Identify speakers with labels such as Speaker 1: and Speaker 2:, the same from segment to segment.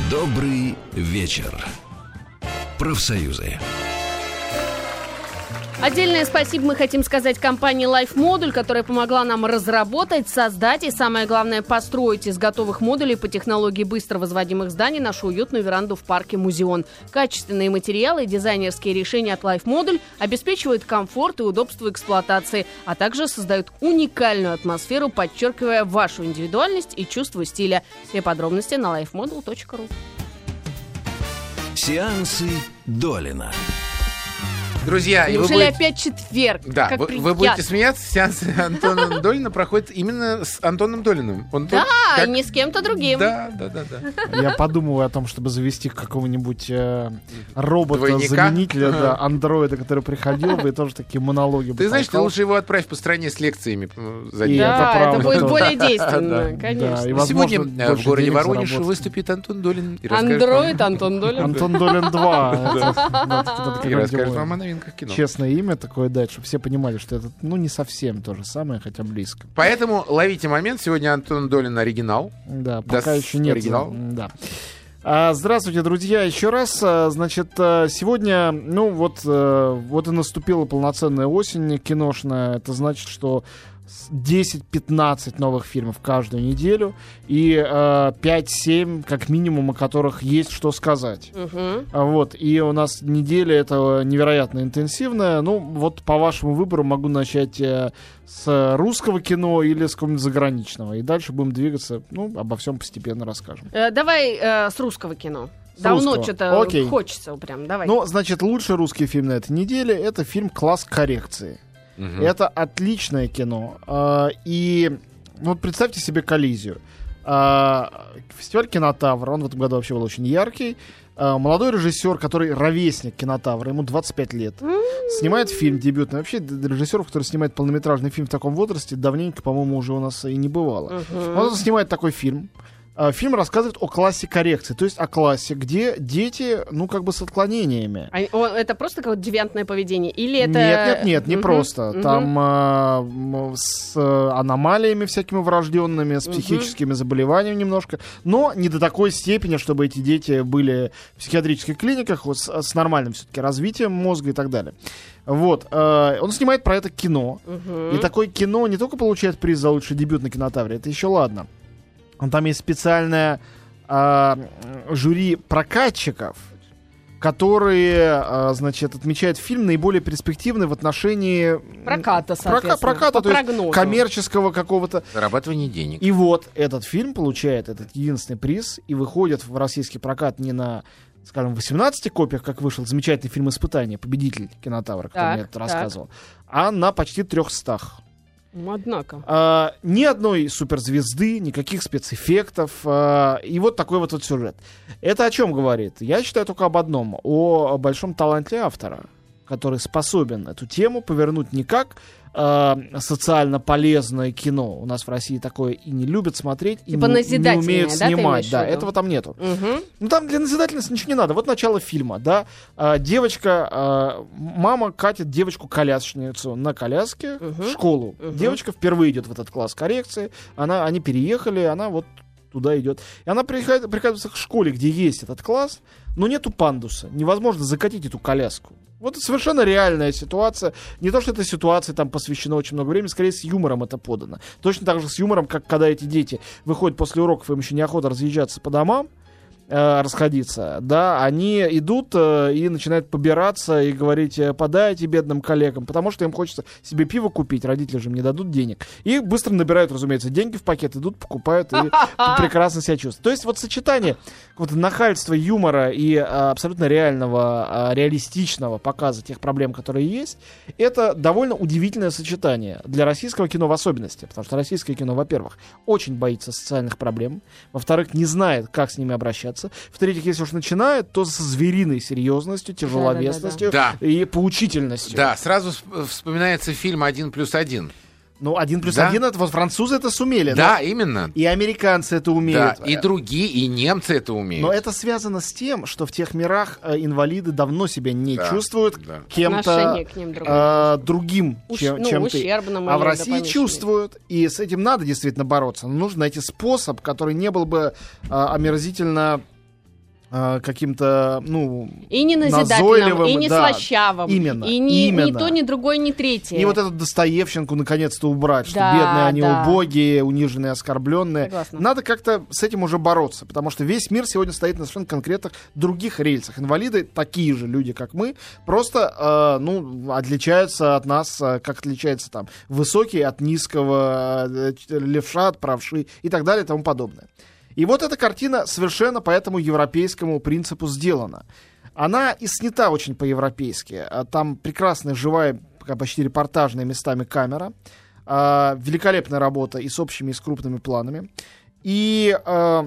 Speaker 1: Добрый вечер. Профсоюзы.
Speaker 2: Отдельное спасибо мы хотим сказать компании Life Module, которая помогла нам разработать, создать и, самое главное, построить из готовых модулей по технологии быстро возводимых зданий нашу уютную веранду в парке Музеон. Качественные материалы и дизайнерские решения от Life Module обеспечивают комфорт и удобство эксплуатации, а также создают уникальную атмосферу, подчеркивая вашу индивидуальность и чувство стиля. Все подробности на lifemodule.ru.
Speaker 1: Сеансы Долина.
Speaker 3: Друзья,
Speaker 2: неужели опять четверг?
Speaker 3: Да,
Speaker 2: как
Speaker 3: вы будете смеяться, сеанс Антона Долина проходит именно с Антоном Долиным.
Speaker 2: Не с кем-то другим.
Speaker 3: Да.
Speaker 4: Я подумываю о том, чтобы завести какого-нибудь робота-заменителя, андроида, который приходил бы и тоже такие монологи.
Speaker 3: Ты знаешь, ты лучше его отправь по стране с лекциями за день.
Speaker 2: Да, это будет более действенно, конечно.
Speaker 3: Сегодня в городе Воронеж выступит Антон Долин.
Speaker 2: Андроид Антон Долин.
Speaker 4: Антон Долин 2.
Speaker 3: И расскажет вам о новинках кино.
Speaker 4: Честное имя такое дать, чтобы все понимали, что это не совсем то же самое, хотя близко.
Speaker 3: Поэтому ловите момент. Сегодня Антон Долин оригинал.
Speaker 4: Да, пока еще нет.
Speaker 3: Оригинал.
Speaker 4: Да. Здравствуйте, друзья, еще раз. Значит, сегодня, вот и наступила полноценная осень киношная. Это значит, что 10-15 новых фильмов каждую неделю и 5-7, как минимум, о которых есть что сказать. Вот. И у нас неделя это невероятно интенсивная. Вот по вашему выбору могу начать с русского кино или с какого-нибудь заграничного. И дальше будем двигаться, обо всем постепенно расскажем.
Speaker 2: Давай с русского кино. Давно что-то хочется прям. Давай.
Speaker 4: Значит, лучший русский фильм на этой неделе — это фильм «Класс коррекции». Это отличное кино. И представьте себе коллизию. Фестиваль «Кинотавр», он в этом году вообще был очень яркий. Молодой режиссер, который ровесник «Кинотавра», ему 25 лет, снимает фильм дебютный. Вообще режиссеров, который снимает полнометражный фильм в таком возрасте, давненько, по-моему, уже у нас и не бывало. Он снимает такой фильм. Фильм рассказывает о классе коррекции, то есть о классе, где дети, с отклонениями.
Speaker 2: Это просто какое-то девиантное поведение? Или это...
Speaker 4: Нет, не просто. Там с аномалиями всякими врожденными, с психическими заболеваниями немножко, но не до такой степени, чтобы эти дети были в психиатрических клиниках с нормальным все-таки развитием мозга и так далее. Вот. Он снимает про это кино. И такое кино не только получает приз за лучший дебют на «Кинотавре», это еще ладно. Там есть специальное жюри прокатчиков, которые, отмечают фильм наиболее перспективный в отношении
Speaker 2: проката, соответственно,
Speaker 4: проката, то есть коммерческого какого-то
Speaker 3: зарабатывания денег.
Speaker 4: И вот этот фильм получает этот единственный приз и выходит в российский прокат не на, скажем, 18 копиях, как вышел замечательный фильм «Испытание», победитель «Кинотавра», который мне это рассказывал, а на почти 300.
Speaker 2: Однако.
Speaker 4: Ни одной суперзвезды, никаких спецэффектов. И вот такой вот сюжет. Это о чем говорит? Я считаю только об одном. О большом таланте автора, который способен эту тему повернуть не как социально полезное кино. У нас в России такое и не любят смотреть, и не умеют снимать. Да, этого там нету. Там для назидательности ничего не надо. Вот начало фильма, да. Мама катит девочку-колясочницу на коляске в школу. Девочка впервые идет в этот класс коррекции. Они переехали, она вот туда идет. И она приходит к школе, где есть этот класс, но нету пандуса. Невозможно закатить эту коляску. Вот это совершенно реальная ситуация. Не то, что этой ситуации там посвящено очень много времени, скорее с юмором это подано. Точно так же с юмором, как когда эти дети выходят после уроков, им еще неохота разъезжаться по домам, расходиться, да, они идут и начинают побираться и говорить: подайте бедным коллегам, потому что им хочется себе пиво купить, родители же им не дадут денег. И быстро набирают, разумеется, деньги в пакет, идут, покупают и прекрасно себя чувствуют. То есть вот сочетание нахальства, юмора и абсолютно реального, реалистичного показа тех проблем, которые есть, это довольно удивительное сочетание для российского кино в особенности, потому что российское кино, во-первых, очень боится социальных проблем, во-вторых, не знает, как с ними обращаться, в-третьих, если уж начинает, то со звериной серьезностью, тяжеловесностью и поучительностью.
Speaker 3: Да, сразу вспоминается фильм «1+1».
Speaker 4: 1+1 это вот французы это сумели.
Speaker 3: Да, именно.
Speaker 4: И американцы это умеют.
Speaker 3: Да, и другие, и немцы это умеют.
Speaker 4: Но это связано с тем, что в тех мирах инвалиды давно себя не чувствуют кем-то другим, чем ты. А в России чувствуют. И с этим надо действительно бороться. Но нужно найти способ, который не был бы омерзительно каким-то,
Speaker 2: и не назидательным,
Speaker 4: назойливым,
Speaker 2: и не
Speaker 4: да,
Speaker 2: слащавым,
Speaker 4: именно,
Speaker 2: и ни
Speaker 4: именно.
Speaker 2: то, ни другое, ни третье.
Speaker 4: И вот эту Достоевщенку наконец-то убрать, что
Speaker 2: Да,
Speaker 4: бедные они
Speaker 2: да.
Speaker 4: убогие, униженные, оскорбленные.
Speaker 2: Согласна.
Speaker 4: Надо как-то с этим уже бороться, потому что весь мир сегодня стоит на совершенно конкретных других рельсах. Инвалиды такие же люди, как мы, просто отличаются от нас, как отличается там высокий от низкого, левша от правши и так далее и тому подобное. И вот эта картина совершенно по этому европейскому принципу сделана. Она и снята очень по-европейски. Там прекрасная, живая, почти репортажная местами камера. Великолепная работа и с общими, и с крупными планами. И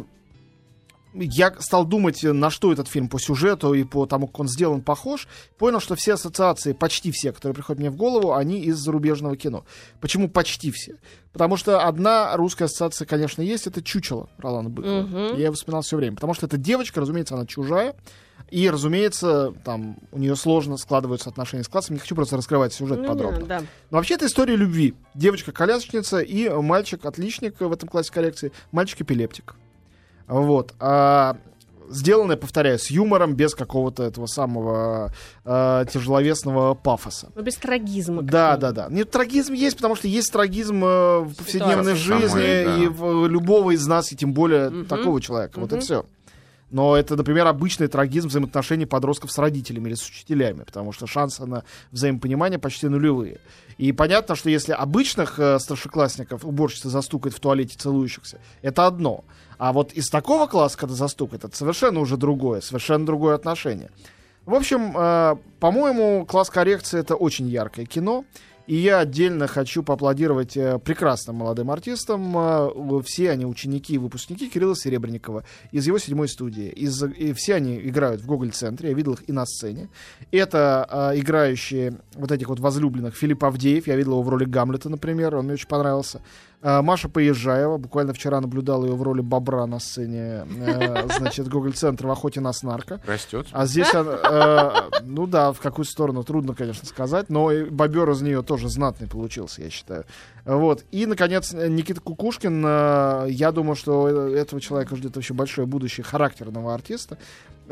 Speaker 4: я стал думать, на что этот фильм по сюжету и по тому, как он сделан, похож. Понял, что все ассоциации, почти все, которые приходят мне в голову, они из зарубежного кино. Почему почти все? Потому что одна русская ассоциация, конечно, есть, это «Чучело» Ролана Быкова. Я его вспоминал все время. Потому что эта девочка, разумеется, она чужая. И, разумеется, там у нее сложно складываются отношения с классом. Не хочу просто раскрывать сюжет подробно.
Speaker 2: Да.
Speaker 4: Но вообще это история любви. Девочка-колясочница и мальчик-отличник в этом классе коррекции. Мальчик-эпилептик. Вот. Сделанное, повторяю, с юмором, без какого-то этого самого тяжеловесного пафоса.
Speaker 2: Но без трагизма.
Speaker 4: Да. Нет, трагизм есть, потому что есть трагизм в повседневной жизни
Speaker 3: самой, да.
Speaker 4: и в любого из нас, и тем более такого человека. Вот и все. Но это, например, обычный трагизм взаимоотношений подростков с родителями или с учителями, потому что шансы на взаимопонимание почти нулевые. И понятно, что если обычных старшеклассников уборщица застукает в туалете целующихся, это одно. А вот из такого класса, когда застукает, это совершенно уже другое, совершенно другое отношение. В общем, по-моему, «Класс коррекции» — это очень яркое кино. И я отдельно хочу поаплодировать прекрасным молодым артистам. Все они ученики и выпускники Кирилла Серебренникова из его 7-й студии. И все они играют в Гоголь-центре. Я видел их и на сцене. Это играющие вот этих вот возлюбленных Филипп Авдеев. Я видел его в роли Гамлета, например. Он мне очень понравился. Маша Поезжаева. Буквально вчера наблюдал ее в роли бобра на сцене, значит, Гоголь-центра в «Охоте на снарка».
Speaker 3: Растет.
Speaker 4: А здесь она, в какую сторону, трудно, конечно, сказать, но и бобер из нее тоже знатный получился, я считаю. Вот. И, наконец, Никита Кукушкин. Я думаю, что этого человека ждет вообще большое будущее характерного артиста.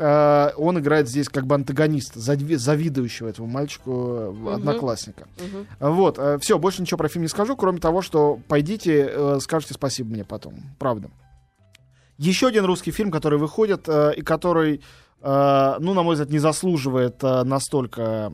Speaker 4: Он играет здесь как бы антагониста, завидующего этому мальчику, одноклассника. Вот. Все, больше ничего про фильм не скажу, кроме того, что пойдите, скажете спасибо мне потом. Правда. Еще один русский фильм, который выходит, и который, на мой взгляд, не заслуживает настолько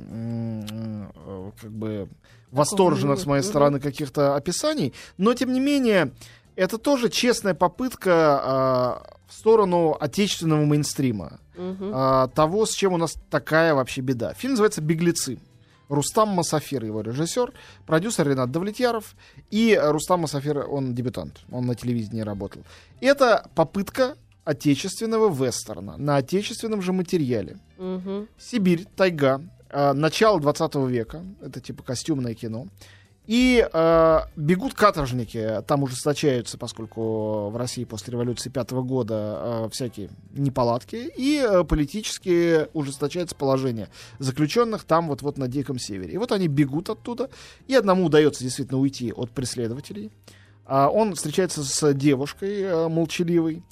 Speaker 4: как бы восторженных с моей стороны каких-то описаний, но, тем не менее, это тоже честная попытка в сторону отечественного мейнстрима. Того, с чем у нас такая вообще беда. Фильм называется «Беглецы». Рустам Масафир, его режиссер, продюсер Ренат Давлетьяров. И Рустам Масафир, он дебютант, он на телевидении работал. Это попытка отечественного вестерна на отечественном же материале. Сибирь, тайга, начало 20 века, это типа костюмное кино. И бегут каторжники, там ужесточаются, поскольку в России после революции 5-го года всякие неполадки, и политически ужесточается положение заключенных там вот на Диком Севере. И вот они бегут оттуда, и одному удается действительно уйти от преследователей. Он встречается с девушкой молчаливой,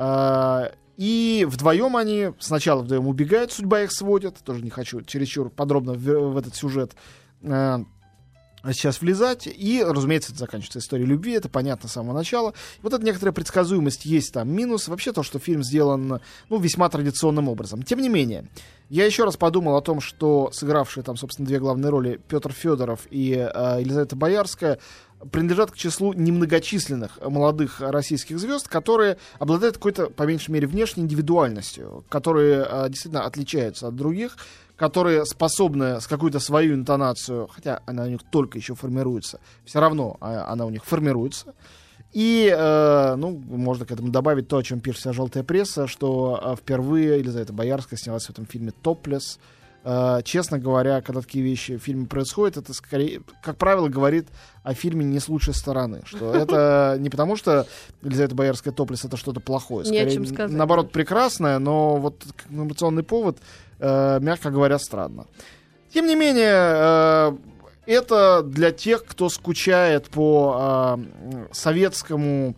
Speaker 4: и вдвоем они, сначала вдвоем убегают, судьба их сводит, тоже не хочу чересчур подробно в этот сюжет сейчас влезать, и, разумеется, это заканчивается историей любви, это понятно с самого начала. Вот эта некоторая предсказуемость есть там, минус. Вообще то, что фильм сделан, весьма традиционным образом. Тем не менее, я еще раз подумал о том, что сыгравшие там, собственно, две главные роли Петр Федоров и Елизавета Боярская принадлежат к числу немногочисленных молодых российских звезд, которые обладают какой-то, по меньшей мере, внешней индивидуальностью, которые действительно отличаются от других, которые способны с какую-то свою интонацию, хотя она у них только еще формируется, все равно она у них формируется. И, можно к этому добавить то, о чем пишет вся желтая пресса, что впервые Елизавета Боярская снялась в этом фильме «Топлес». Честно говоря, когда такие вещи в фильме происходят, это скорее, как правило, говорит о фильме не с лучшей стороны. Что это не потому, что Елизавета Боярская «Топлес» — это что-то плохое. Скорее, наоборот, прекрасное, но вот как информационный повод, мягко говоря, странно. Тем не менее, это для тех, кто скучает по советскому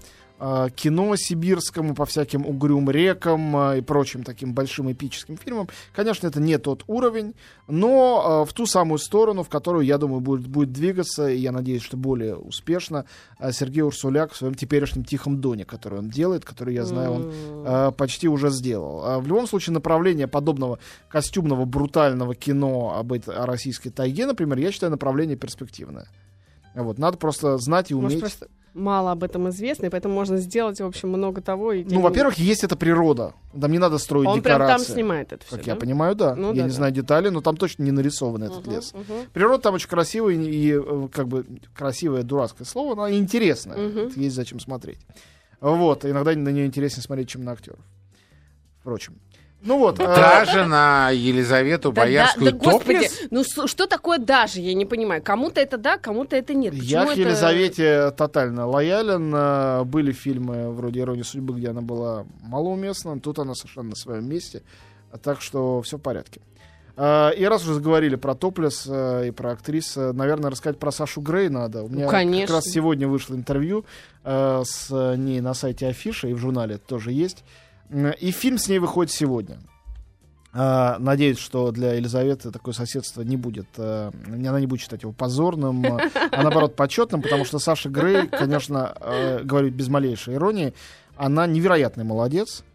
Speaker 4: кино сибирскому, по всяким угрюм рекам и прочим таким большим эпическим фильмам. Конечно, это не тот уровень, но в ту самую сторону, в которую, я думаю, будет двигаться, и я надеюсь, что более успешно, Сергей Урсуляк в своем теперешнем «Тихом доне», который он делает, который, я знаю, он почти уже сделал. В любом случае, направление подобного костюмного, брутального кино о российской тайге, например, я считаю, направление перспективное. Вот, надо просто знать и уметь.
Speaker 5: Может, просто мало об этом известно, и поэтому можно сделать, в общем, много того. И
Speaker 4: во-первых, есть эта природа. Там не надо строить
Speaker 5: он
Speaker 4: декорации.
Speaker 5: Он прям там снимает это все,
Speaker 4: как я понимаю, да.
Speaker 5: Ну,
Speaker 4: я не знаю детали, но там точно не нарисован этот лес. Природа там очень красивая, и как бы красивое дурацкое слово, но интересное. Есть зачем смотреть. Вот. Иногда на нее интереснее смотреть, чем на актеров. Впрочем. Ну вот.
Speaker 3: Даже на Елизавету Боярскую
Speaker 2: господи,
Speaker 3: топлес?
Speaker 2: ну что такое даже, я не понимаю. Кому-то это да, кому-то это нет.
Speaker 4: Я к Елизавете тотально лоялен. Были фильмы вроде «Ирония судьбы», где она была малоуместна. Тут она совершенно на своем месте. Так что все в порядке. И раз уже заговорили про топлес и про актрис, наверное, рассказать про Сашу Грей надо. У меня как раз сегодня вышло интервью с ней на сайте Афиша, и в журнале это тоже есть. И фильм с ней выходит сегодня. Надеюсь, что для Елизаветы такое соседство не будет. Она не будет считать его позорным, а наоборот почетным, потому что Саша Грей, конечно, говорю без малейшей иронии, она невероятный молодец.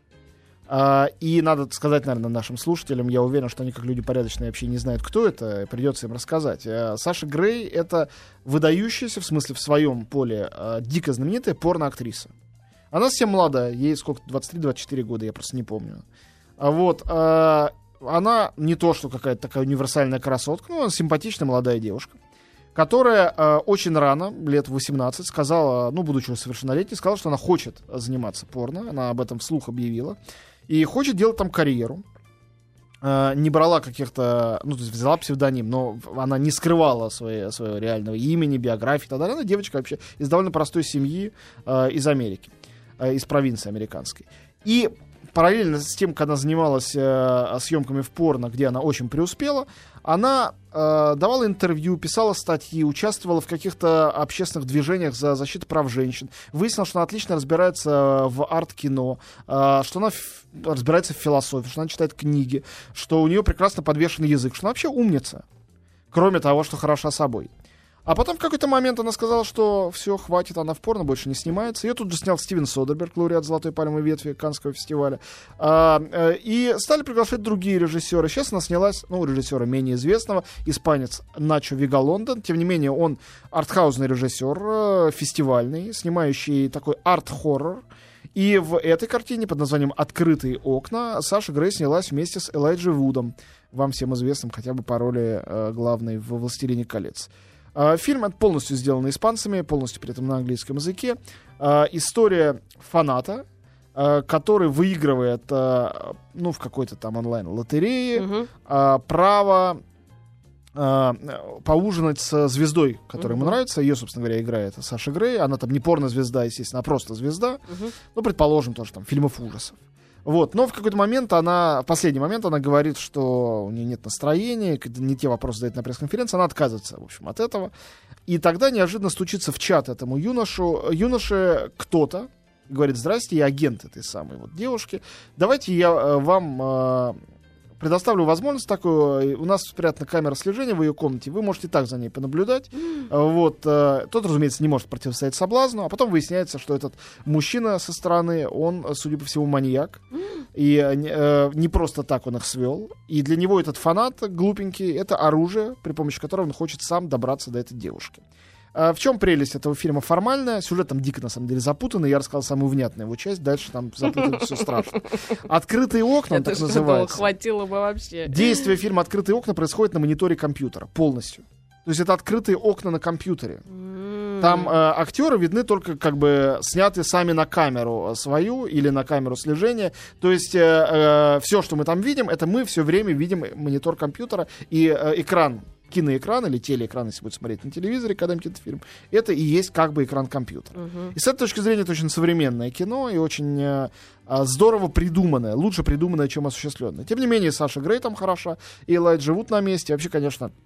Speaker 4: И надо сказать, наверное, нашим слушателям, я уверен, что они, как люди порядочные, вообще не знают, кто это, придется им рассказать. Саша Грей — это выдающаяся, в смысле, в своем поле, дико знаменитая порноактриса. Она совсем молодая, ей сколько, 23-24 года, я просто не помню. Вот, она не то, что какая-то такая универсальная красотка, но она симпатичная молодая девушка, которая очень рано, лет 18, сказала, ну, будучи уже совершеннолетней, сказала, что она хочет заниматься порно, она об этом вслух объявила, и хочет делать там карьеру. Не брала каких-то, ну, то есть взяла псевдоним, но она не скрывала своего реального имени, биографии и так далее. Она девочка вообще из довольно простой семьи из Америки, из провинции американской. И параллельно с тем, когда она занималась съемками в порно, где она очень преуспела, она давала интервью, писала статьи, участвовала в каких-то общественных движениях за защиту прав женщин. Выяснилось, что она отлично разбирается в арт-кино, что она разбирается в философии, что она читает книги, что у нее прекрасно подвешенный язык, что она вообще умница, кроме того, что хороша собой. А потом в какой-то момент она сказала, что все, хватит, она в порно больше не снимается. Ее тут же снял Стивен Содерберг, лауреат «Золотой пальмовой ветви» Каннского фестиваля. И стали приглашать другие режиссеры. Сейчас она снялась, ну, режиссера менее известного, испанец Начо Вигалонда. Тем не менее, он артхаусный режиссер, фестивальный, снимающий такой арт-хоррор. И в этой картине под названием «Открытые окна» Саша Грей снялась вместе с Элайджей Вудом, вам всем известным хотя бы по роли главной в «Властелине колец». Фильм полностью сделан испанцами, полностью при этом на английском языке. История фаната, который выигрывает, ну, в какой-то там онлайн-лотерее право поужинать с звездой, которая ему нравится. Ее, собственно говоря, играет Саша Грей. Она там не порно-звезда, естественно, а просто звезда. Ну, предположим, тоже там фильмов ужасов. Вот. Но в какой-то момент в последний момент она говорит, что у нее нет настроения, не те вопросы задает на пресс-конференции, она отказывается, в общем, от этого. И тогда неожиданно стучится в чат этому юноше кто-то, говорит: здрасте, я агент этой самой вот девушки, давайте я вам предоставлю возможность такую. У нас спрятана камера слежения в ее комнате, вы можете так за ней понаблюдать. Вот. Тот, разумеется, не может противостоять соблазну, а потом выясняется, что этот мужчина со стороны, он, судя по всему, маньяк. И не просто так он их свел. И для него этот фанат глупенький — это оружие, при помощи которого он хочет сам добраться до этой девушки. В чем прелесть этого фильма формальная? Сюжет там дико, на самом деле, запутанный. Я рассказал самую внятную его часть. Дальше там запутать все страшно. «Открытые окна», он так называется.
Speaker 5: Хватило бы вообще.
Speaker 4: Действие фильма «Открытые окна» происходит на мониторе компьютера полностью. То есть это открытые окна на компьютере. Там актеры видны только как бы снятые сами на камеру свою или на камеру слежения. То есть все, что мы там видим, это мы все время видим монитор компьютера и экран. Киноэкран или телеэкран, если будет смотреть на телевизоре когда-нибудь этот фильм, это и есть как бы экран компьютера. И с этой точки зрения это очень современное кино и очень здорово придуманное, лучше придуманное, чем осуществленное. Тем не менее, Саша Грей там хороша, и Элайджа Вуд на месте. Вообще, конечно,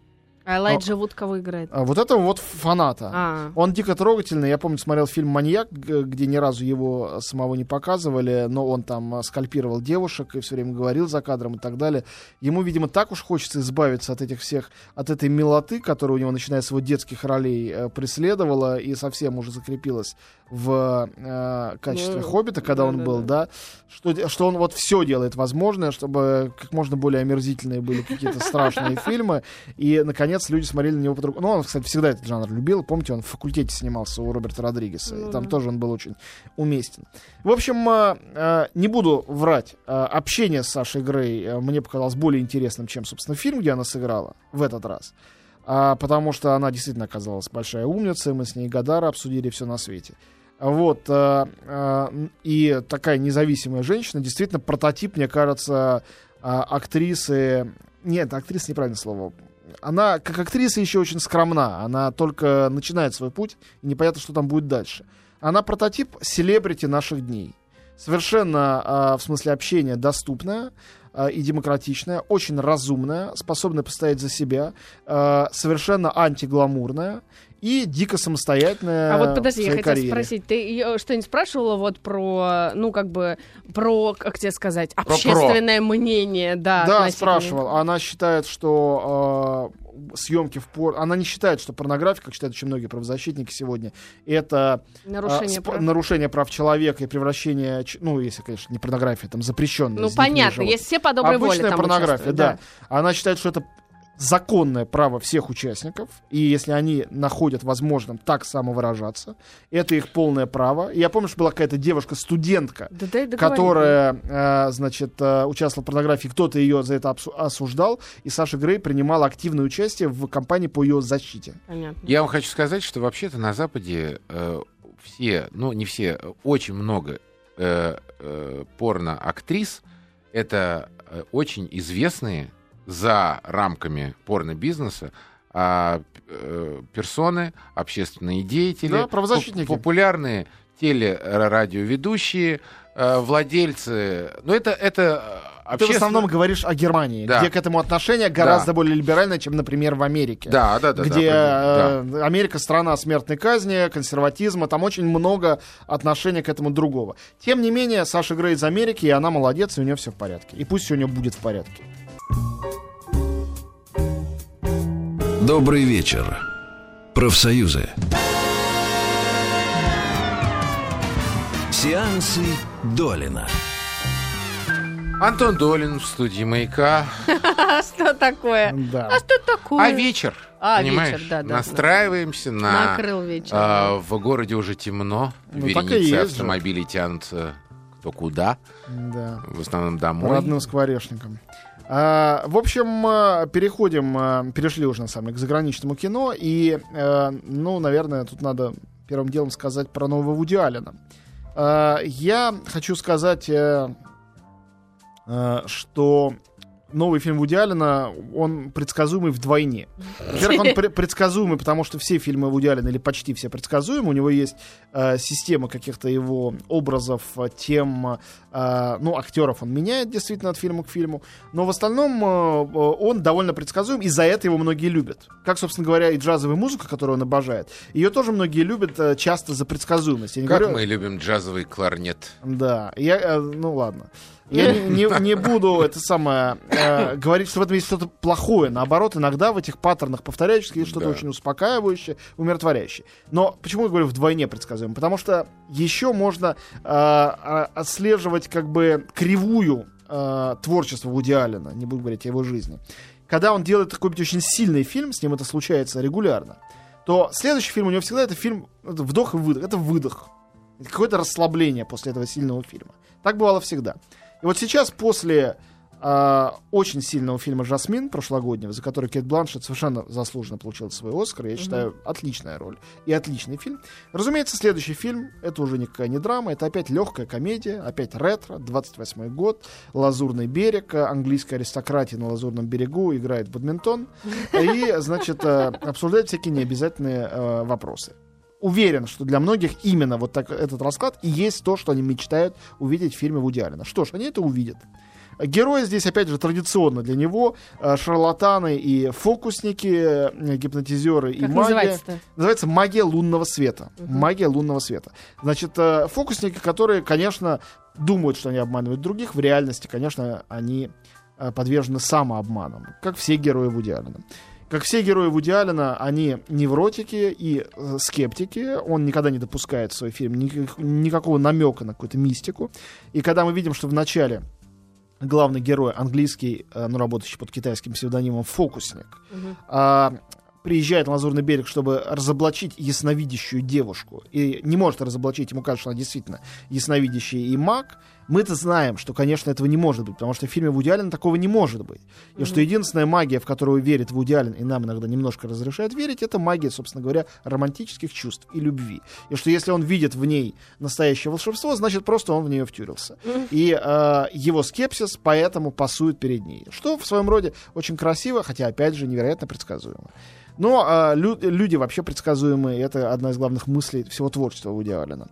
Speaker 2: А Элайджа Вуд кого играет?
Speaker 4: Вот этого вот фаната. Он дико трогательный. Я помню, смотрел фильм «Маньяк», где ни разу его самого не показывали, но он там скальпировал девушек и все время говорил за кадром и так далее. Ему, видимо, так уж хочется избавиться от этих всех, от этой милоты, которая у него, начиная с его детских ролей, преследовала и совсем уже закрепилась в качестве хоббита, когда он был, да, что он вот все делает возможное, чтобы как можно более омерзительные были какие-то страшные фильмы, и, наконец, люди смотрели на него по-другому. Ну, он, кстати, всегда этот жанр любил. Помните, он в «Факультете» снимался у Роберта Родригеса, и там тоже он был очень уместен. В общем, не буду врать, общение с Сашей Грей мне показалось более интересным, чем, собственно, фильм, где она сыграла в этот раз. Потому что она действительно оказалась большая умница, мы с ней Годара обсудили все на свете. Вот, и такая независимая женщина, действительно прототип, мне кажется, актрисы... Нет, актриса неправильное слово. Она, как актриса, еще очень скромна. Она только начинает свой путь, и непонятно, что там будет дальше. Она прототип селебрити наших дней. Совершенно, в смысле общения, доступная и демократичная, очень разумная, способная постоять за себя, совершенно антигламурная и дико самостоятельная.
Speaker 2: А вот подожди, я хотела
Speaker 4: карьере.
Speaker 2: спросить, ты что-нибудь спрашивала вот про, ну, как бы, про, как тебе сказать, общественное мнение, да?
Speaker 4: Да, спрашивал. Она считает, что съемки в она не считает, что порнография, как считают очень многие правозащитники сегодня, это нарушение прав человека и превращение, ну, если, конечно, не порнография, там, запрещенная.
Speaker 2: Ну, понятно, есть все по доброй воле там
Speaker 4: порнография, да.
Speaker 2: Да.
Speaker 4: Она считает, что это законное право всех участников, и если они находят возможным так самовыражаться, это их полное право. И я помню, что была какая-то девушка-студентка, которая, значит, участвовала в порнографии, кто-то ее за это осуждал, и Саша Грей принимала активное участие в кампании по ее защите.
Speaker 2: Понятно.
Speaker 3: Я вам хочу сказать, что вообще-то на Западе все, ну не все, очень много порно-актрис, это очень известные за рамками порно-бизнеса персоны, общественные деятели,
Speaker 4: да, правозащитники,
Speaker 3: популярные телерадиоведущие, владельцы. Но это
Speaker 4: Ты в основном говоришь о Германии,
Speaker 3: да,
Speaker 4: где к этому отношение гораздо более либеральное, чем, например, в Америке.
Speaker 3: Да,
Speaker 4: где Америка страна смертной казни, консерватизма, там очень много отношения к этому другого. Тем не менее, Саша Грей из Америки, и она молодец, и у нее все в порядке. И пусть все у нее будет в порядке.
Speaker 1: Добрый вечер. Профсоюзы. Сеансы Долина.
Speaker 3: Антон Долин в студии «Маяка».
Speaker 2: Что такое?
Speaker 4: Да.
Speaker 2: А что такое?
Speaker 3: А вечер, понимаешь?
Speaker 2: Вечер, да.
Speaker 3: Настраиваемся на...
Speaker 2: Накрыл вечер.
Speaker 3: В городе уже темно.
Speaker 4: Ну, так и
Speaker 3: вереницы
Speaker 4: есть
Speaker 3: автомобилей тянутся кто куда.
Speaker 4: Да.
Speaker 3: В основном домой.
Speaker 4: Родным скворечникам. В общем, перешли уже, на самом деле, к заграничному кино. И, ну, наверное, тут надо первым делом сказать про нового Вуди Аллена. Я хочу сказать, что новый фильм Вуди Аллена, он предсказуемый вдвойне. Во-первых, он предсказуемый, потому что все фильмы Вуди Аллена, или почти все предсказуемы. У него есть система каких-то его образов, тем, ну, актеров он меняет действительно от фильма к фильму. Но в остальном он довольно предсказуем, и за это его многие любят. Как, собственно говоря, и джазовая музыка, которую он обожает. Ее тоже многие любят часто за предсказуемость.
Speaker 3: Мы любим джазовый кларнет.
Speaker 4: Да, ну ладно. Я не буду это самое говорить, что в этом есть что-то плохое. Наоборот, иногда в этих паттернах повторяющихся есть что-то очень успокаивающее, умиротворяющее. Но почему я говорю вдвойне предсказуемо? Потому что еще можно отслеживать как бы кривую творчества Вуди Аллена, не буду говорить о его жизни. Когда он делает какой-нибудь очень сильный фильм, с ним это случается регулярно, то следующий фильм у него всегда это фильм, это вдох и выдох, это выдох. Это какое-то расслабление после этого сильного фильма. Так бывало всегда. И вот сейчас, после очень сильного фильма «Жасмин» прошлогоднего, за который Кейт Бланшетт совершенно заслуженно получила свой Оскар, я считаю, отличная роль и отличный фильм. Разумеется, следующий фильм — это уже никакая не драма, это опять легкая комедия, опять ретро, 28-й год, «Лазурный берег», английская аристократия на Лазурном берегу играет в бадминтон и, значит, обсуждает всякие необязательные вопросы. уверен, что для многих именно вот так, этот расклад и есть то, что они мечтают увидеть в фильме Вуди Аллена. Что ж, они это увидят. Герои здесь, опять же, традиционно для него шарлатаны и фокусники, гипнотизеры и
Speaker 2: Как
Speaker 4: маги.
Speaker 2: называется-то?
Speaker 4: Называется магия лунного света. Магия лунного света. Значит, фокусники, которые, конечно, думают, что они обманывают других, в реальности, конечно, они подвержены самообманам, как все герои Вуди Аллена. Как все герои Вуди Аллена, они невротики и скептики. Он никогда не допускает в свой фильм никакого намека на какую-то мистику. И когда мы видим, что в начале главный герой, английский, но работающий под китайским псевдонимом фокусник, приезжает на Лазурный берег, чтобы разоблачить ясновидящую девушку, и не может разоблачить, ему кажется, что она действительно ясновидящая и маг, мы-то знаем, что, конечно, этого не может быть, потому что в фильме Вуди Аллена такого не может быть. И что единственная магия, в которую верит Вуди Аллен, и нам иногда немножко разрешает верить, это магия, собственно говоря, романтических чувств и любви. И что если он видит в ней настоящее волшебство, значит, просто он в нее втюрился. И его скепсис поэтому пасует перед ней. Что в своем роде очень красиво, хотя, опять же, невероятно предсказуемо. Но люди вообще предсказуемые, это одна из главных мыслей всего творчества Вуди Аллена.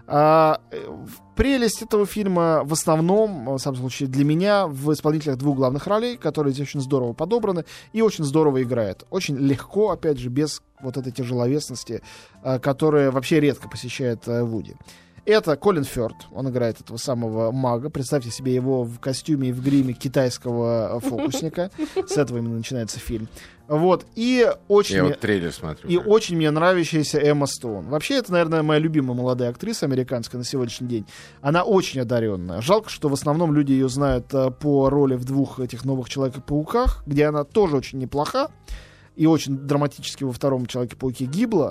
Speaker 4: Прелесть этого фильма в основном, в самом случае для меня, в исполнителях двух главных ролей, которые здесь очень здорово подобраны и очень здорово играют. Очень легко, опять же, без вот этой тяжеловесности, которая вообще редко посещает Вуди. Это Колин Фёрд, он играет этого самого мага. Представьте себе его в костюме и в гриме китайского фокусника. С этого именно начинается фильм. Вот, и очень...
Speaker 3: Я вот трейлер смотрю.
Speaker 4: И очень мне нравящаяся Эмма Стоун. Вообще, это, наверное, моя любимая молодая актриса американская на сегодняшний день. Она очень одаренная. Жалко, что в основном люди ее знают по роли в двух этих новых Человека-пауках, где она тоже очень неплоха. И очень драматически во втором Человеке-пауке гибла.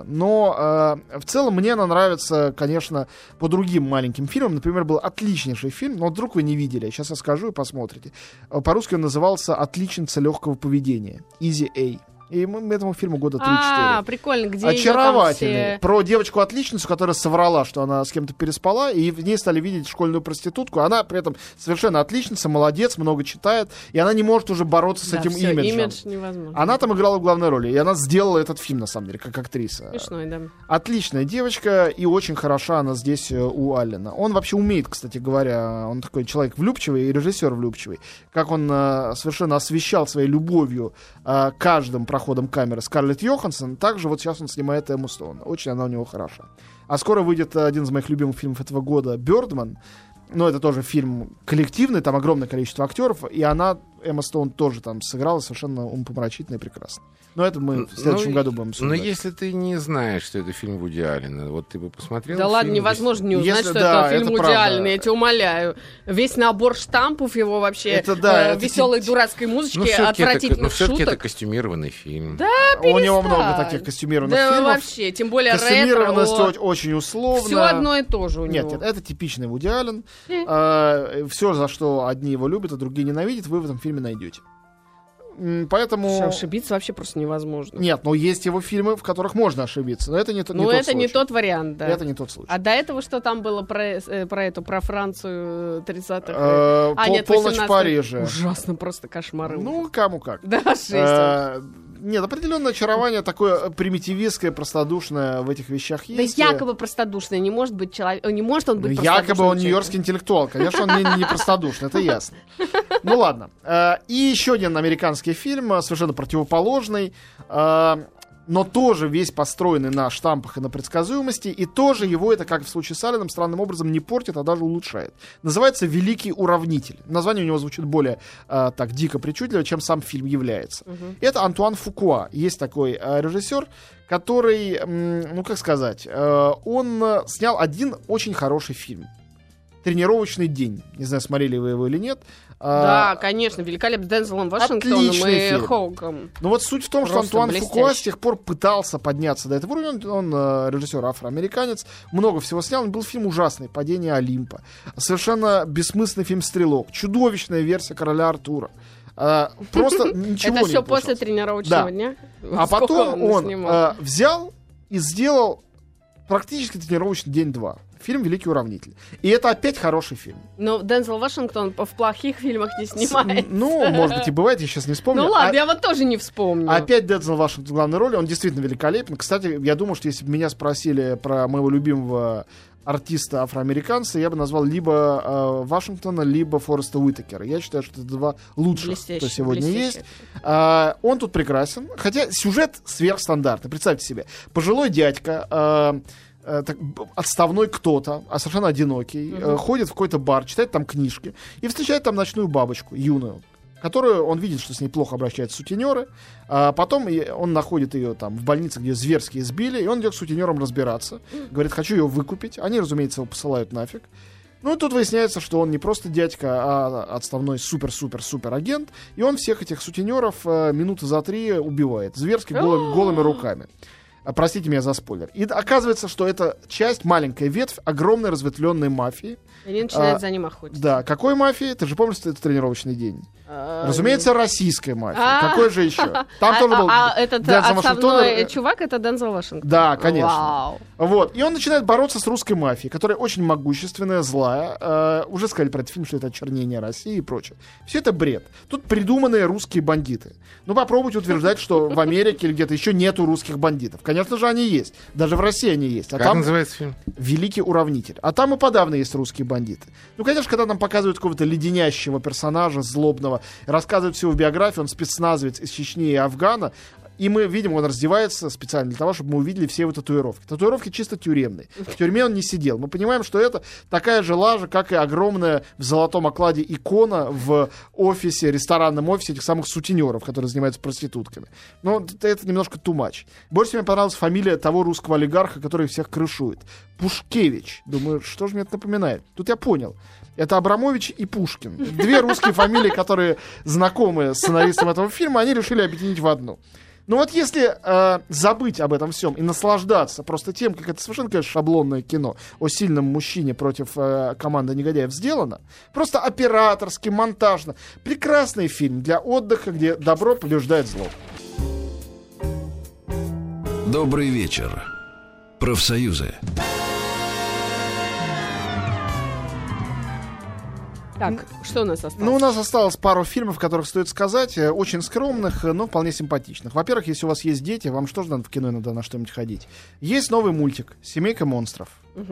Speaker 4: Но в целом мне она нравится, конечно, по другим маленьким фильмам. Например, был отличнейший фильм, но вдруг вы не видели. Сейчас я скажу и посмотрите. По-русски он назывался «Отличница легкого поведения». Easy A. И этому фильму года 3-4.
Speaker 2: Прикольно, где
Speaker 4: очаровательный.
Speaker 2: Её там все...
Speaker 4: Про девочку-отличницу, которая соврала, что она с кем-то переспала, и в ней стали видеть школьную проститутку. Она при этом совершенно отличница, молодец, много читает, и она не может уже бороться с этим
Speaker 2: всё,
Speaker 4: имиджем.
Speaker 2: имидж невозможно.
Speaker 4: Она там играла в главной роли, и она сделала этот фильм, на самом деле, как актриса.
Speaker 2: Смешной, да.
Speaker 4: Отличная девочка, и очень хороша она здесь у Аллена. Он вообще умеет, кстати говоря, он такой человек влюбчивый и режиссер влюбчивый. Как он совершенно освещал своей любовью каждым проходом камеры Скарлетт Йоханссон, также вот сейчас он снимает Эмму Стоун. Очень она у него хороша. А скоро выйдет один из моих любимых фильмов этого года «Бёрдман». Но это тоже фильм коллективный, там огромное количество актеров, и Эмма Стоун тоже там сыграла совершенно умопомрачительно и прекрасно. Но это мы в следующем году будем обсуждать.
Speaker 3: Но если ты не знаешь, что это фильм Вуди Аллена, вот ты бы посмотрел...
Speaker 2: Да ладно,
Speaker 3: фильм,
Speaker 2: невозможно не узнать,
Speaker 4: если,
Speaker 2: что
Speaker 4: да,
Speaker 2: это фильм
Speaker 4: это
Speaker 2: Вуди
Speaker 4: правда.
Speaker 2: Аллена, я тебя умоляю. Весь набор штампов его вообще,
Speaker 4: Это да, это
Speaker 2: веселой дурацкой музычки, отвратительных
Speaker 3: все-таки это
Speaker 2: шуток.
Speaker 3: костюмированный фильм.
Speaker 2: Да,
Speaker 4: У него
Speaker 2: перестань.
Speaker 4: много таких костюмированных
Speaker 2: Да
Speaker 4: фильмов.
Speaker 2: вообще, тем более
Speaker 4: Костюмированность
Speaker 2: ретро.
Speaker 4: очень условно.
Speaker 2: Все одно и то же у
Speaker 4: Нет,
Speaker 2: него.
Speaker 4: нет, это типичный Вуди Аллен. Все, за что одни его любят, а другие ненавидят, вы в этом фильме найдете. Поэтому...
Speaker 2: Слушай, ошибиться вообще просто невозможно.
Speaker 4: Нет, но есть его фильмы, в которых можно ошибиться. Но это не,
Speaker 2: Ну, это не тот вариант, да.
Speaker 4: Это не тот случай.
Speaker 2: А до этого что там было про Францию 30-х?
Speaker 4: «Полночь в Париже».
Speaker 2: Ужасно, просто кошмары.
Speaker 4: Ну, кому как.
Speaker 2: Да, жесть.
Speaker 4: Нет, определенное очарование такое примитивистское, простодушное в этих вещах
Speaker 2: Да
Speaker 4: есть.
Speaker 2: якобы простодушный, не может быть человек, не может он быть
Speaker 4: Ну,
Speaker 2: простодушным.
Speaker 4: якобы он
Speaker 2: человеком.
Speaker 4: нью-йоркский интеллектуал. Конечно, он не простодушный, это ясно. Ну ладно. И еще один американский фильм, совершенно противоположный, но тоже весь построенный на штампах и на предсказуемости, и тоже его это, как в случае с Алленом, странным образом не портит, а даже улучшает. Называется «Великий уравнитель». Название у него звучит более так дико причудливо, чем сам фильм является. Это Антуан Фукуа. Есть такой режиссер, который, ну как сказать, он снял один очень хороший фильм. «Тренировочный день». Не знаю, смотрели вы его или нет.
Speaker 2: Да, конечно, великолепно. Дензелом Вашингтоном
Speaker 4: Отличный
Speaker 2: и
Speaker 4: фильм.
Speaker 2: Хоуком.
Speaker 4: Но вот суть в том, что
Speaker 2: Просто
Speaker 4: Антуан
Speaker 2: блестящий.
Speaker 4: Фукуа с тех пор пытался подняться до этого уровня. Он режиссер афроамериканец, много всего снял. Был фильм ужасный «Падение Олимпа». Совершенно бессмысленный фильм «Стрелок». Чудовищная версия «Короля Артура». Просто ничего
Speaker 2: Это
Speaker 4: не
Speaker 2: все после
Speaker 4: получалось.
Speaker 2: тренировочного
Speaker 4: Да.
Speaker 2: дня?
Speaker 4: А потом
Speaker 2: Сколько
Speaker 4: он
Speaker 2: снимал?
Speaker 4: взял и сделал практически «Тренировочный день 2». Фильм «Великий уравнитель». И это опять хороший фильм.
Speaker 2: Но Дензел Вашингтон в плохих фильмах не снимается.
Speaker 4: Ну, может быть, и бывает, я сейчас не вспомню.
Speaker 2: Ну ладно, я вот тоже не вспомню.
Speaker 4: Опять Дензел Вашингтон в главной роли, он действительно великолепен. Кстати, я думаю, что если бы меня спросили про моего любимого артиста афроамериканца, я бы назвал либо Вашингтона, либо Фореста Уитакера. Я считаю, что это два лучших, кто сегодня есть. Он тут прекрасен, хотя сюжет сверхстандартный. Представьте себе, пожилой дядька, отставной кто-то, а совершенно одинокий, ходит в какой-то бар, читает там книжки и встречает там ночную бабочку, юную, которую он видит, что с ней плохо обращаются сутенеры. А потом он находит ее там в больнице, где зверски избили, и он идет к сутенерам разбираться. Говорит, хочу ее выкупить. Они, разумеется, его посылают нафиг. Ну и тут выясняется, что он не просто дядька, а отставной супер-супер-супер агент. И он всех этих сутенеров минуты за 3 убивает. Зверски голыми руками. Простите меня за спойлер. И оказывается, что это часть, маленькая ветвь огромной разветвленной мафии.
Speaker 2: И они начинают за ним охотиться.
Speaker 4: Да, какой мафии? Ты же помнишь, что это тренировочный день? Разумеется, российской мафии. Какой же еще? Там тоже был
Speaker 2: этот основной чувак, это Дензел Вашингтон.
Speaker 4: Да, конечно.
Speaker 2: Вау.
Speaker 4: Вот. И он начинает бороться с русской мафией, которая очень могущественная, злая. Уже сказали про этот фильм, что это очернение России и прочее. Все это бред. Тут придуманные русские бандиты. Ну, попробуйте утверждать, что в Америке или где-то еще нету русских бандитов. Конечно же, они есть. Даже в России они есть. А
Speaker 3: как
Speaker 4: там
Speaker 3: называется фильм?
Speaker 4: «Великий уравнитель». А там и подавно есть русские бандиты. Ну, конечно, когда нам показывают какого-то леденящего персонажа, злобного, рассказывают всю его биографию, он спецназовец из Чечни и Афгана, и мы видим, он раздевается специально для того, чтобы мы увидели все его татуировки. Татуировки чисто тюремные. В тюрьме он не сидел. Мы понимаем, что это такая же лажа, как и огромная в золотом окладе икона в офисе, ресторанном офисе этих самых сутенеров, которые занимаются проститутками. Но это немножко too much. Больше всего мне понравилась фамилия того русского олигарха, который всех крышует. Пушкевич. Думаю, что же мне это напоминает? Тут я понял. Это Абрамович и Пушкин. Две русские фамилии, которые знакомы с сценаристом этого фильма, они решили объединить в одну. Но вот если забыть об этом всем и наслаждаться просто тем, как это совершенно, конечно, шаблонное кино о сильном мужчине против команды негодяев сделано, просто операторски, монтажно. Прекрасный фильм для отдыха, где добро побеждает зло.
Speaker 1: Добрый вечер. Профсоюзы.
Speaker 2: Так, что у нас осталось?
Speaker 4: Ну, у нас осталось пару фильмов, которых стоит сказать, очень скромных, но вполне симпатичных. Во-первых, если у вас есть дети, вам что же надо в кино иногда на что-нибудь ходить? Есть новый мультик «Семейка монстров».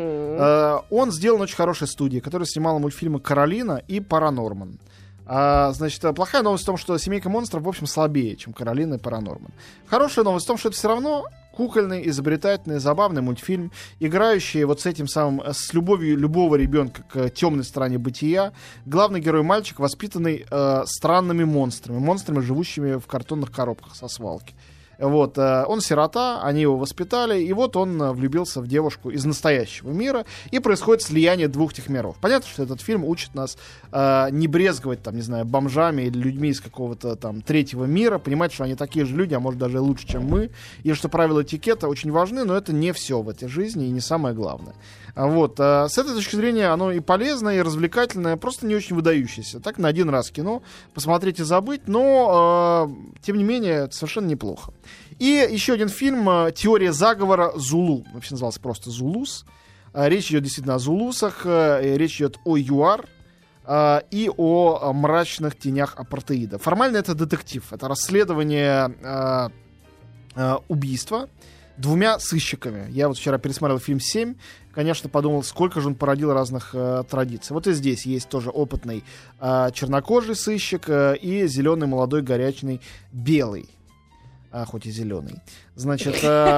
Speaker 4: Он сделан очень хорошей студией, которая снимала мультфильмы «Каролина» и «Паранорман». Значит, плохая новость в том, что «Семейка монстров», в общем, слабее, чем «Каролина» и «Паранорман». Хорошая новость в том, что это все равно кукольный, изобретательный, забавный мультфильм, играющий вот с этим самым, с любовью любого ребенка к темной стороне бытия. Главный герой мальчик, воспитанный странными монстрами, живущими в картонных коробках со свалки. Вот, он сирота, они его воспитали, и вот он влюбился в девушку из настоящего мира, и происходит слияние двух тех миров. Понятно, что этот фильм учит нас не брезговать, там, не знаю, бомжами или людьми из какого-то там третьего мира, понимать, что они такие же люди, а может даже лучше, чем мы, и что правила этикета очень важны, но это не все в этой жизни и не самое главное. Вот, с этой точки зрения оно и полезное, и развлекательное, просто не очень выдающееся. Так, на один раз кино посмотреть и забыть, но, тем не менее, это совершенно неплохо. И еще один фильм «Теория заговора. Зулу». Вообще назывался просто «Зулус». Речь идет действительно о зулусах, речь идет о ЮАР и о мрачных тенях апартеида. Формально это детектив, это расследование убийства двумя сыщиками. Я вот вчера пересмотрел фильм «7», конечно, подумал, сколько же он породил разных традиций. Вот и здесь есть тоже опытный чернокожий сыщик и зеленый молодой горячный белый. Хоть и зеленый. Значит,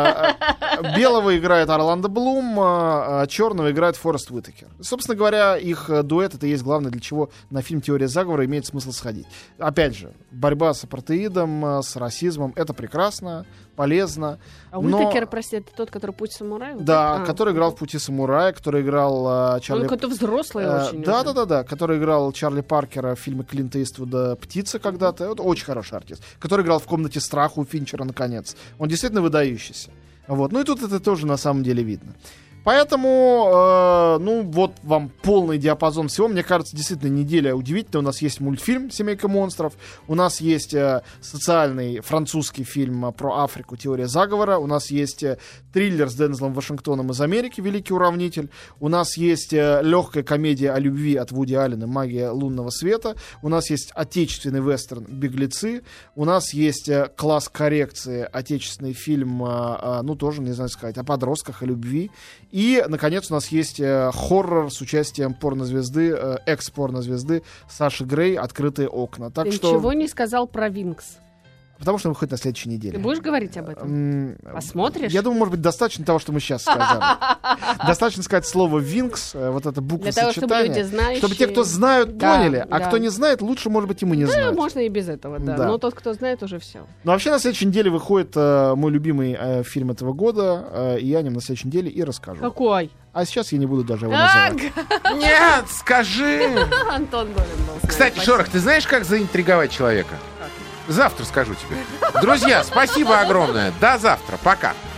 Speaker 4: белого играет Орландо Блум, черного играет Форест Уитакер. Собственно говоря, их дуэт — это есть главное, для чего на фильм «Теория заговора» имеет смысл сходить. Опять же, борьба с апартеидом, с расизмом — это прекрасно, полезно.
Speaker 2: А Уитакер, прости, это тот, который «Путь самурая»?
Speaker 4: Да, который играл в «Пути самурая», который играл Чарли...
Speaker 2: Он какой-то взрослый очень.
Speaker 4: Да, который играл Чарли Паркера в фильме Клинта Иствуда «Птица» когда-то. Это очень хороший артист. Который играл в «Комнате страха» у Финчера, наконец. Он действительно выдающийся. Вот. Ну и тут это тоже на самом деле видно. Поэтому, ну, вот вам полный диапазон всего. Мне кажется, действительно, неделя удивительная. У нас есть мультфильм «Семейка монстров». У нас есть социальный французский фильм про Африку «Теория заговора». У нас есть триллер с Дензелом Вашингтоном из Америки «Великий уравнитель». У нас есть легкая комедия о любви от Вуди Аллена «Магия лунного света». У нас есть отечественный вестерн «Беглецы». У нас есть класс коррекции, отечественный фильм, ну, тоже, не знаю сказать, о подростках, о любви. И, наконец, у нас есть хоррор с участием порнозвезды, экс-порнозвезды Саши Грей «Открытые окна». Так
Speaker 2: Ты
Speaker 4: что...
Speaker 2: ничего не сказал про Винкс.
Speaker 4: Потому что он выходит на следующей неделе.
Speaker 2: Ты будешь говорить об этом? Посмотришь?
Speaker 4: Я думаю, может быть, достаточно того, что мы сейчас сказали. Достаточно сказать слово «Винкс», вот это буквосочетание.
Speaker 2: Для того, чтобы люди знающие...
Speaker 4: Чтобы те, кто знают,
Speaker 2: Да,
Speaker 4: поняли, а
Speaker 2: да.
Speaker 4: кто не знает, лучше, может быть, и мы не
Speaker 2: Ну,
Speaker 4: знаем.
Speaker 2: можно и без этого, да.
Speaker 4: Да.
Speaker 2: Но тот, кто знает, уже все.
Speaker 4: Ну, вообще, на следующей неделе выходит мой любимый фильм этого года, и я о нем на следующей неделе и расскажу.
Speaker 2: Какой?
Speaker 4: А сейчас я не буду даже его называть.
Speaker 3: Нет, скажи!
Speaker 2: Антон Горин был.
Speaker 3: Кстати, Шорох, ты знаешь, как заинтриговать человека? Завтра скажу тебе. Друзья, спасибо огромное. До завтра. Пока.